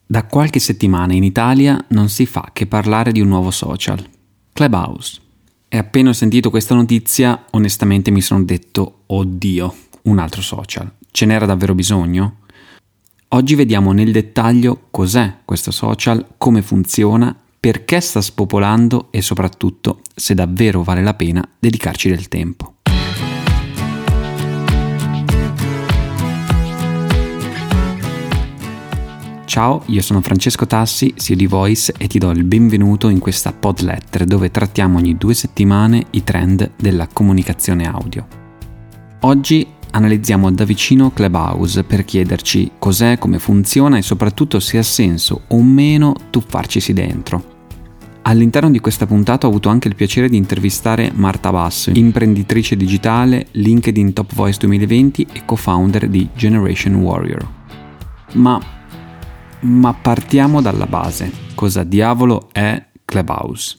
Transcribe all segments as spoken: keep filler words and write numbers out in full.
Da qualche settimana in Italia non si fa che parlare di un nuovo social, Clubhouse. E appena ho sentito questa notizia, onestamente mi sono detto, oddio, un altro social. Ce n'era davvero bisogno? Oggi vediamo nel dettaglio cos'è questo social, come funziona, perché sta spopolando e soprattutto se davvero vale la pena dedicarci del tempo. Ciao, io sono Francesco Tassi, C E O di Voice e ti do il benvenuto in questa podletter dove trattiamo ogni due settimane i trend della comunicazione audio. Oggi analizziamo da vicino Clubhouse per chiederci cos'è, come funziona e soprattutto se ha senso o meno tuffarcisi dentro. All'interno di questa puntata ho avuto anche il piacere di intervistare Marta Basso, imprenditrice digitale, LinkedIn Top Voice duemilaventi e co-founder di Generation Warrior. Ma Ma partiamo dalla base. Cosa diavolo è Clubhouse?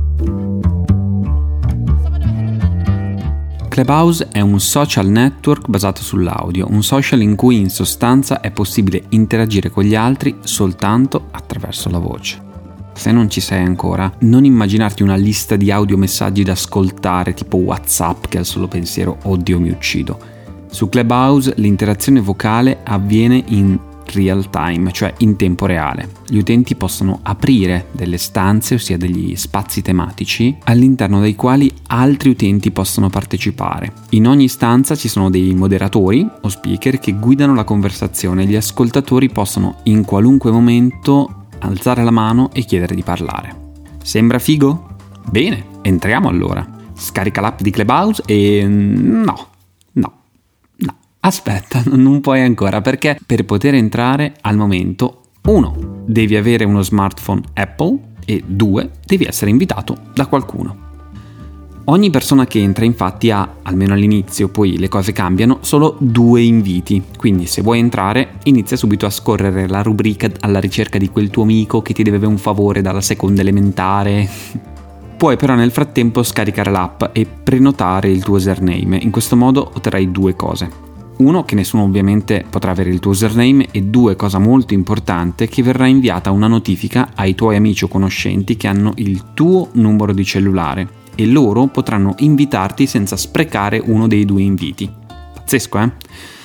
Clubhouse è un social network basato sull'audio, un social in cui in sostanza è possibile interagire con gli altri soltanto attraverso la voce. Se non ci sei ancora, non immaginarti una lista di audiomessaggi da ascoltare tipo WhatsApp che al solo pensiero "oddio mi uccido". Su Clubhouse l'interazione vocale avviene in real time, cioè in tempo reale. Gli utenti possono aprire delle stanze, ossia degli spazi tematici, all'interno dei quali altri utenti possono partecipare. In ogni stanza ci sono dei moderatori o speaker che guidano la conversazione e gli ascoltatori possono in qualunque momento alzare la mano e chiedere di parlare. Sembra figo? Bene, entriamo allora. Scarica l'app di Clubhouse e no, no. Aspetta, non puoi ancora, perché per poter entrare al momento, uno, devi avere uno smartphone Apple e due, devi essere invitato da qualcuno. Ogni persona che entra infatti ha, almeno all'inizio, poi le cose cambiano, solo due inviti. Quindi se vuoi entrare, inizia subito a scorrere la rubrica alla ricerca di quel tuo amico che ti deve un favore dalla seconda elementare. Puoi però nel frattempo scaricare l'app e prenotare il tuo username. In questo modo otterrai due cose. Uno, che nessuno ovviamente potrà avere il tuo username, e due, cosa molto importante, che verrà inviata una notifica ai tuoi amici o conoscenti che hanno il tuo numero di cellulare e loro potranno invitarti senza sprecare uno dei due inviti. Pazzesco, eh?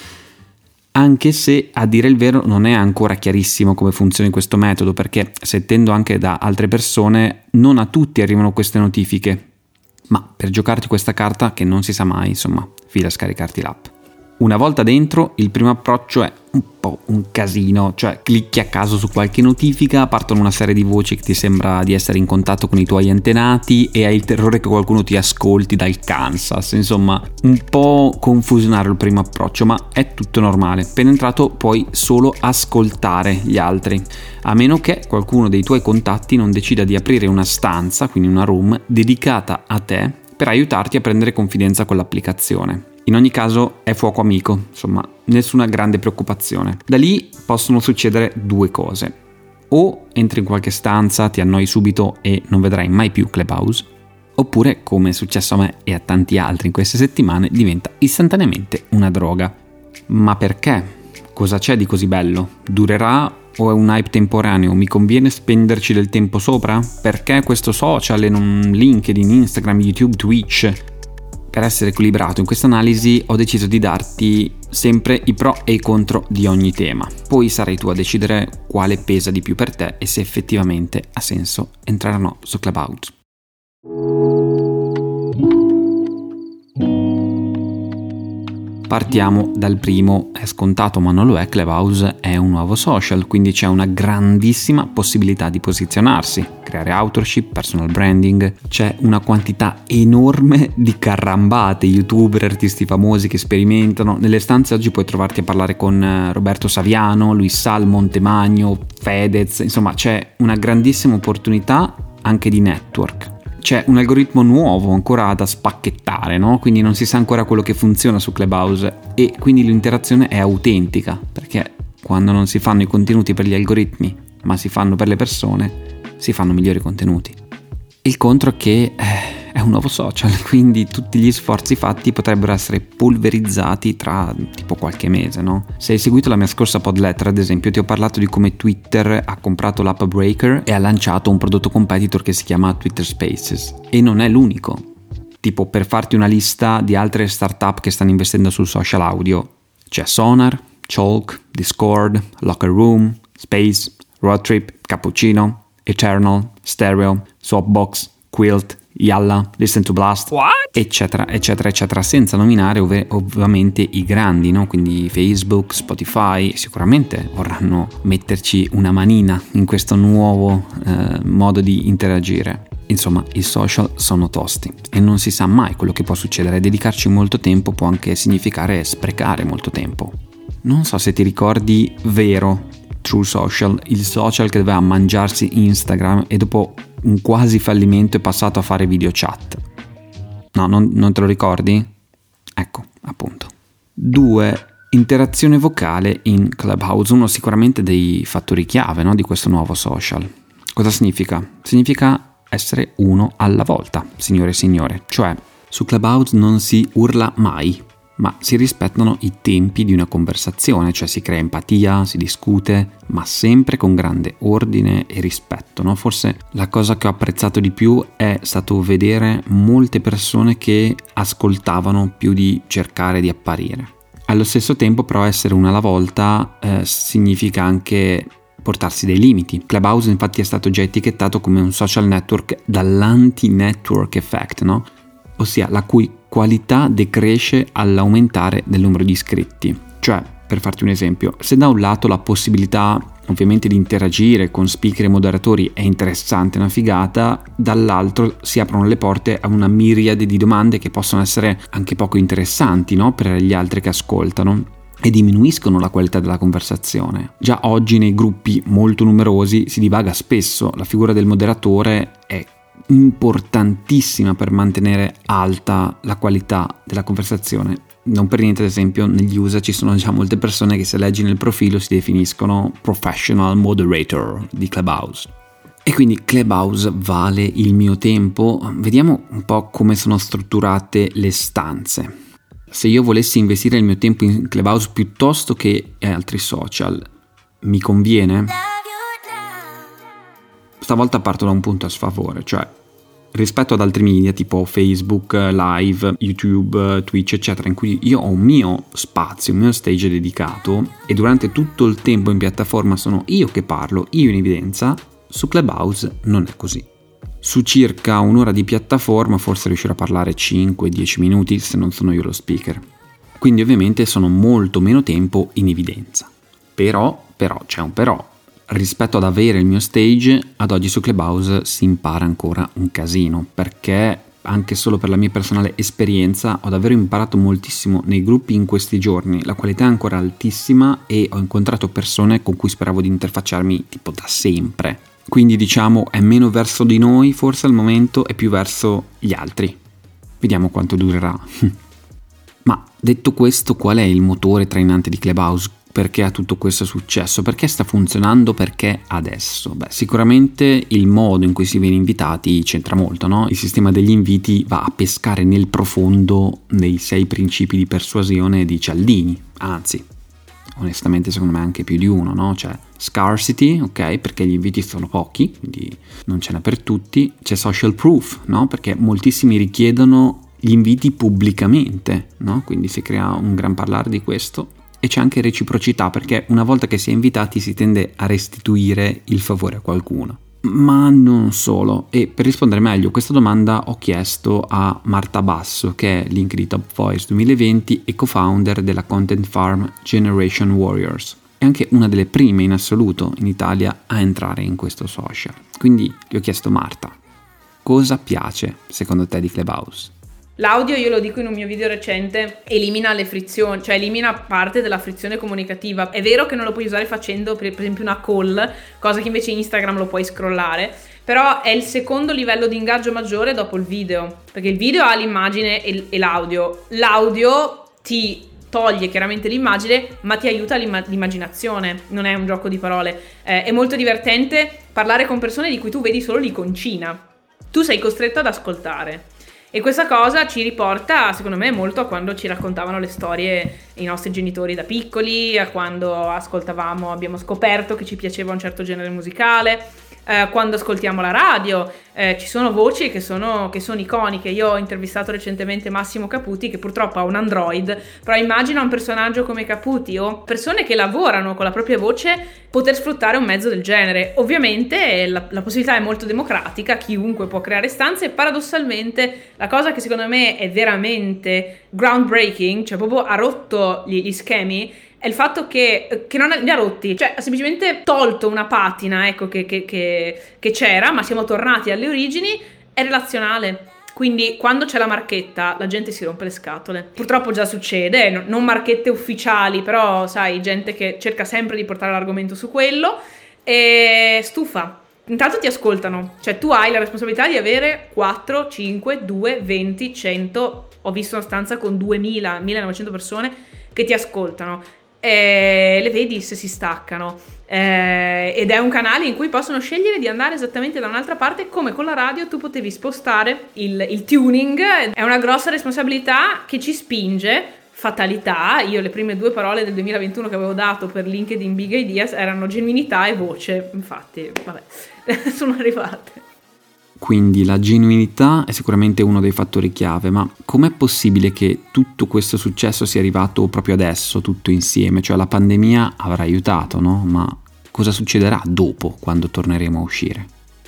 Anche se, a dire il vero, non è ancora chiarissimo come funzioni questo metodo, perché sentendo anche da altre persone, non a tutti arrivano queste notifiche. Ma per giocarti questa carta, che non si sa mai, insomma, fila a scaricarti l'app. Una volta dentro, il primo approccio è un po' un casino, cioè clicchi a caso su qualche notifica, partono una serie di voci che ti sembra di essere in contatto con i tuoi antenati e hai il terrore che qualcuno ti ascolti dal Kansas. Insomma, un po' confusionario il primo approccio, ma è tutto normale. Appena entrato puoi solo ascoltare gli altri, a meno che qualcuno dei tuoi contatti non decida di aprire una stanza, quindi una room, dedicata a te per aiutarti a prendere confidenza con l'applicazione. In ogni caso è fuoco amico, insomma, nessuna grande preoccupazione. Da lì possono succedere due cose. O entri in qualche stanza, ti annoi subito e non vedrai mai più Clubhouse, oppure, come è successo a me e a tanti altri in queste settimane, diventa istantaneamente una droga. Ma perché? Cosa c'è di così bello? Durerà o è un hype temporaneo? Mi conviene spenderci del tempo sopra? Perché questo social e non LinkedIn, Instagram, YouTube, Twitch? Per essere equilibrato in questa analisi ho deciso di darti sempre i pro e i contro di ogni tema. Poi sarai tu a decidere quale pesa di più per te e se effettivamente ha senso entrare o no su Clubhouse. Partiamo dal primo, è scontato ma non lo è, Clubhouse è un nuovo social, quindi c'è una grandissima possibilità di posizionarsi, creare authorship, personal branding, c'è una quantità enorme di carrambate, youtuber, artisti famosi che sperimentano. Nelle stanze oggi puoi trovarti a parlare con Roberto Saviano, Luis Sal, Montemagno, Fedez, insomma c'è una grandissima opportunità anche di network. C'è un algoritmo nuovo ancora da spacchettare, no? Quindi non si sa ancora quello che funziona su Clubhouse e quindi l'interazione è autentica, perché quando non si fanno i contenuti per gli algoritmi ma si fanno per le persone, si fanno migliori contenuti. Il contro è che eh, è un nuovo social, quindi tutti gli sforzi fatti potrebbero essere polverizzati tra tipo qualche mese, no? Se hai seguito la mia scorsa podletter, ad esempio, ti ho parlato di come Twitter ha comprato l'app Breaker e ha lanciato un prodotto competitor che si chiama Twitter Spaces, e non è l'unico. Tipo, per farti una lista di altre startup che stanno investendo sul social audio, c'è Sonar, Chalk, Discord, Locker Room, Space, Roadtrip, Cappuccino, Eternal, Stereo, Swapbox, Quilt, Yalla, Listen to Blast, What? eccetera, eccetera, eccetera, senza nominare ov- ovviamente i grandi, no? Quindi Facebook, Spotify, sicuramente vorranno metterci una manina in questo nuovo eh, modo di interagire. Insomma, i social sono tosti e non si sa mai quello che può succedere. Dedicarci molto tempo può anche significare sprecare molto tempo. Non so se ti ricordi Vero, True Social, il social che doveva mangiarsi Instagram e dopo un quasi fallimento è passato a fare video chat. No, non, non te lo ricordi? Ecco, appunto. Due, interazione vocale in Clubhouse, uno sicuramente dei fattori chiave, no, di questo nuovo social. Cosa significa? Significa essere uno alla volta, signore e signore. Cioè, su Clubhouse non si urla mai, ma si rispettano i tempi di una conversazione, cioè si crea empatia, si discute, ma sempre con grande ordine e rispetto, no? Forse la cosa che ho apprezzato di più è stato vedere molte persone che ascoltavano più di cercare di apparire. Allo stesso tempo, però, essere una alla volta eh, significa anche portarsi dei limiti. Clubhouse infatti è stato già etichettato come un social network dall'anti-network effect, no? Ossia la cui qualità decresce all'aumentare del numero di iscritti. Cioè, per farti un esempio, se da un lato la possibilità ovviamente di interagire con speaker e moderatori è interessante, una figata, dall'altro si aprono le porte a una miriade di domande che possono essere anche poco interessanti, no? Per gli altri che ascoltano, e diminuiscono la qualità della conversazione. Già oggi nei gruppi molto numerosi si divaga spesso, la figura del moderatore è importantissima per mantenere alta la qualità della conversazione. Non per niente, ad esempio, negli U S A ci sono già molte persone che, se leggi nel profilo, si definiscono professional moderator di Clubhouse. E quindi Clubhouse vale il mio tempo? Vediamo un po' come sono strutturate le stanze. Se io volessi investire il mio tempo in Clubhouse piuttosto che altri social, mi conviene? Stavolta parto da un punto a sfavore, cioè rispetto ad altri media tipo Facebook, Live, YouTube, Twitch, eccetera, in cui io ho un mio spazio, un mio stage dedicato e durante tutto il tempo in piattaforma sono io che parlo, io in evidenza, su Clubhouse non è così. Su circa un'ora di piattaforma forse riuscirò a parlare cinque dieci minuti se non sono io lo speaker. Quindi ovviamente sono molto meno tempo in evidenza. Però, però, c'è un però. Rispetto ad avere il mio stage, ad oggi su Clubhouse si impara ancora un casino, perché anche solo per la mia personale esperienza ho davvero imparato moltissimo nei gruppi in questi giorni. La qualità è ancora altissima e ho incontrato persone con cui speravo di interfacciarmi tipo da sempre. Quindi diciamo è meno verso di noi forse al momento e più verso gli altri. Vediamo quanto durerà. Ma detto questo, qual è il motore trainante di Clubhouse? Perché ha tutto questo successo? Perché sta funzionando? Perché adesso? Beh, sicuramente il modo in cui si viene invitati c'entra molto, no? Il sistema degli inviti va a pescare nel profondo dei sei principi di persuasione di Cialdini, anzi onestamente secondo me anche più di uno, no? C'è scarcity, ok, perché gli inviti sono pochi, quindi non ce n'è per tutti. C'è social proof, no? Perché moltissimi richiedono gli inviti pubblicamente, no? Quindi si crea un gran parlare di questo. E c'è anche reciprocità, perché una volta che si è invitati si tende a restituire il favore a qualcuno. Ma non solo. E per rispondere meglio a questa domanda ho chiesto a Marta Basso, che è link di Top Voice duemilaventi e co-founder della content farm Generation Warriors. È anche una delle prime in assoluto in Italia a entrare in questo social. Quindi gli ho chiesto: Marta, cosa piace secondo te di Clubhouse? L'audio, io lo dico in un mio video recente, elimina le frizioni, cioè elimina parte della frizione comunicativa. È vero che non lo puoi usare facendo per esempio una call, cosa che invece in Instagram lo puoi scrollare, però è il secondo livello di ingaggio maggiore dopo il video, perché il video ha l'immagine e, e l'audio. L'audio ti toglie chiaramente l'immagine, ma ti aiuta l'imma- l'immaginazione, non è un gioco di parole. Eh, è molto divertente parlare con persone di cui tu vedi solo l'iconcina. Tu sei costretto ad ascoltare. E questa cosa ci riporta, secondo me, molto a quando ci raccontavano le storie i nostri genitori da piccoli, a quando ascoltavamo, abbiamo scoperto che ci piaceva un certo genere musicale, eh, quando ascoltiamo la radio, eh, ci sono voci che sono, che sono iconiche. Io ho intervistato recentemente Massimo Caputi, che purtroppo ha un Android, però immagina un personaggio come Caputi o persone che lavorano con la propria voce poter sfruttare un mezzo del genere. Ovviamente la, la possibilità è molto democratica, chiunque può creare stanze, e paradossalmente la cosa che secondo me è veramente groundbreaking, cioè proprio ha rotto gli, gli schemi, è il fatto che, che non li ha rotti, cioè ha semplicemente tolto una patina, ecco, che, che, che, che c'era, ma siamo tornati alle origini, è relazionale. Quindi quando c'è la marchetta la gente si rompe le scatole. Purtroppo già succede, non marchette ufficiali, però sai, gente che cerca sempre di portare l'argomento su quello, e stufa. Intanto ti ascoltano, cioè tu hai la responsabilità di avere quattro, cinque, due, venti, cento, ho visto una stanza con duemila, millenovecento persone che ti ascoltano, e le vedi se si staccano, eh, ed è un canale in cui possono scegliere di andare esattamente da un'altra parte, come con la radio tu potevi spostare il, il tuning. È una grossa responsabilità che ci spinge, fatalità. Io le prime due parole del duemilaventuno che avevo dato per LinkedIn Big Ideas erano genuinità e voce, infatti vabbè sono arrivate. Quindi la genuinità è sicuramente uno dei fattori chiave, ma com'è possibile che tutto questo successo sia arrivato proprio adesso, tutto insieme? Cioè la pandemia avrà aiutato, no? Ma cosa succederà dopo, quando torneremo a uscire?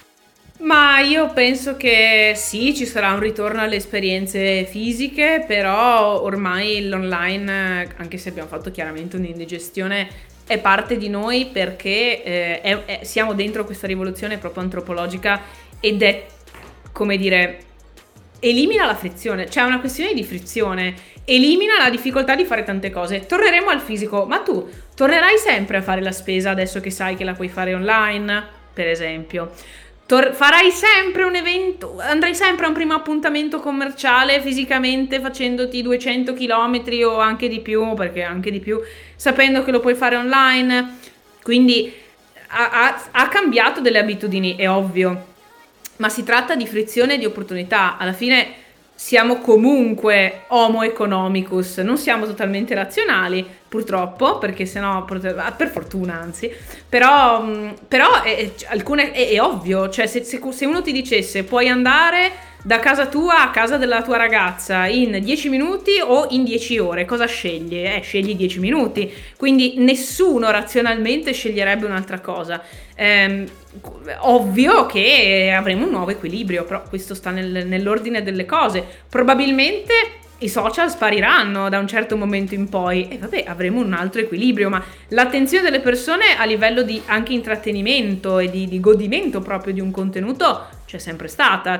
Ma io penso che sì, ci sarà un ritorno alle esperienze fisiche, però ormai l'online, anche se abbiamo fatto chiaramente un'indigestione, è parte di noi, perché eh, è, è, siamo dentro questa rivoluzione proprio antropologica, ed è, come dire, elimina la frizione, cioè è una questione di frizione, elimina la difficoltà di fare tante cose. Torneremo al fisico, ma tu tornerai sempre a fare la spesa adesso che sai che la puoi fare online, per esempio. Tor- farai sempre un evento, andrai sempre a un primo appuntamento commerciale fisicamente facendoti duecento chilometri o anche di più, perché anche di più, sapendo che lo puoi fare online. Quindi ha, ha, ha cambiato delle abitudini, è ovvio, ma si tratta di frizione e di opportunità. Alla fine siamo comunque homo economicus, non siamo totalmente razionali, purtroppo, perché sennò, per fortuna anzi, però, però è, alcune, è, è ovvio, cioè se, se, se uno ti dicesse puoi andare da casa tua a casa della tua ragazza in dieci minuti o in dieci ore, cosa scegli? Eh, scegli dieci minuti, quindi nessuno razionalmente sceglierebbe un'altra cosa. Ehm, ovvio che avremo un nuovo equilibrio, però questo sta nel, nell'ordine delle cose. Probabilmente i social spariranno da un certo momento in poi e vabbè, avremo un altro equilibrio, ma l'attenzione delle persone a livello di anche intrattenimento e di, di godimento proprio di un contenuto c'è sempre stata.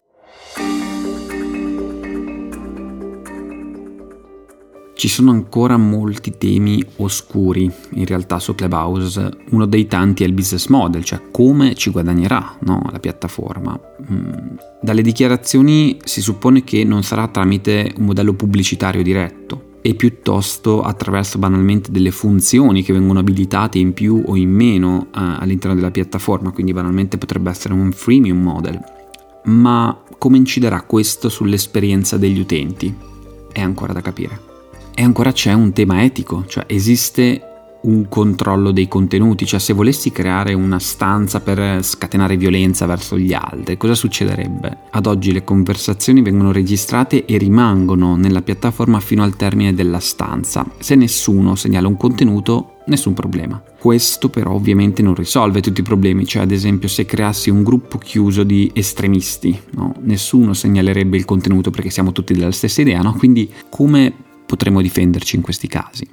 Ci sono ancora molti temi oscuri in realtà su Clubhouse. Uno dei tanti è il business model, cioè come ci guadagnerà, no, la piattaforma. Mm. Dalle dichiarazioni si suppone che non sarà tramite un modello pubblicitario diretto, e piuttosto attraverso banalmente delle funzioni che vengono abilitate in più o in meno eh, all'interno della piattaforma, quindi banalmente potrebbe essere un freemium model. Ma come inciderà questo sull'esperienza degli utenti? È ancora da capire. E ancora c'è un tema etico, cioè esiste un controllo dei contenuti, cioè se volessi creare una stanza per scatenare violenza verso gli altri, cosa succederebbe? Ad oggi le conversazioni vengono registrate e rimangono nella piattaforma fino al termine della stanza. Se nessuno segnala un contenuto, nessun problema. Questo però ovviamente non risolve tutti i problemi, cioè ad esempio se creassi un gruppo chiuso di estremisti, no? Nessuno segnalerebbe il contenuto perché siamo tutti della stessa idea, no? Quindi come potremo difenderci in questi casi?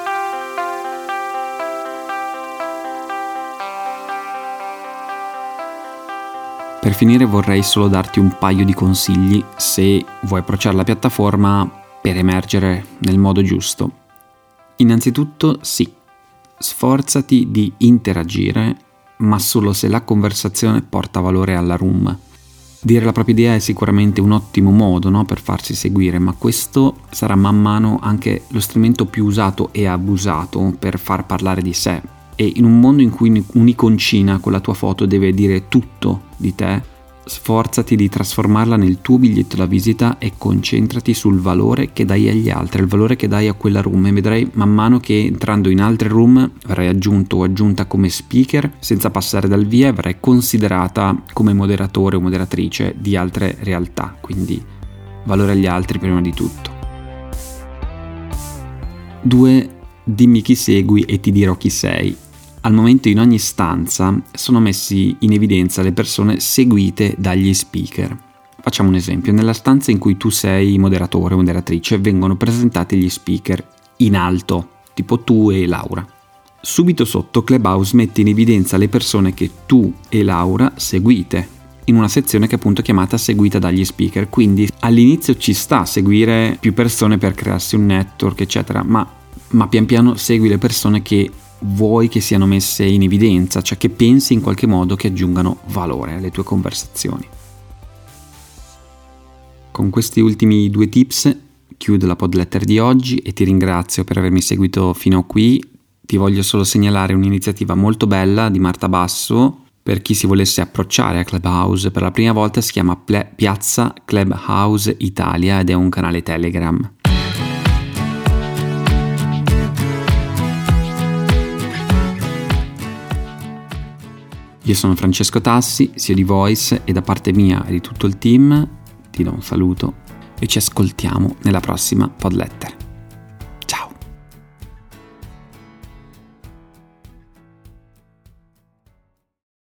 Per finire vorrei solo darti un paio di consigli se vuoi approcciare la piattaforma per emergere nel modo giusto. Innanzitutto sì, sforzati di interagire, ma solo se la conversazione porta valore alla room. Dire la propria idea è sicuramente un ottimo modo, no, per farsi seguire, ma questo sarà man mano anche lo strumento più usato e abusato per far parlare di sé. E in un mondo in cui un'iconcina con la tua foto deve dire tutto di te, sforzati di trasformarla nel tuo biglietto da visita e concentrati sul valore che dai agli altri, il valore che dai a quella room, e vedrai man mano che entrando in altre room verrai aggiunto o aggiunta come speaker senza passare dal via e verrai considerata come moderatore o moderatrice di altre realtà, quindi valore agli altri prima di tutto. due. Dimmi chi segui e ti dirò chi sei. Al momento in ogni stanza sono messi in evidenza le persone seguite dagli speaker. Facciamo un esempio: nella stanza in cui tu sei moderatore o moderatrice vengono presentati gli speaker in alto, tipo tu e Laura. Subito sotto Clubhouse mette in evidenza le persone che tu e Laura seguite, in una sezione che è appunto chiamata seguita dagli speaker. Quindi all'inizio ci sta a seguire più persone per crearsi un network eccetera, ma, ma pian piano segui le persone che vuoi che siano messe in evidenza, cioè che pensi in qualche modo che aggiungano valore alle tue conversazioni. Con questi ultimi due tips chiudo la podletter di oggi e ti ringrazio per avermi seguito fino a qui. Ti voglio solo segnalare un'iniziativa molto bella di Marta Basso per chi si volesse approcciare a Clubhouse per la prima volta. Si chiama Ple- Piazza Clubhouse Italia ed è un canale Telegram. Io sono Francesco Tassi, C E O di Voice, e da parte mia e di tutto il team ti do un saluto e ci ascoltiamo nella prossima podletter.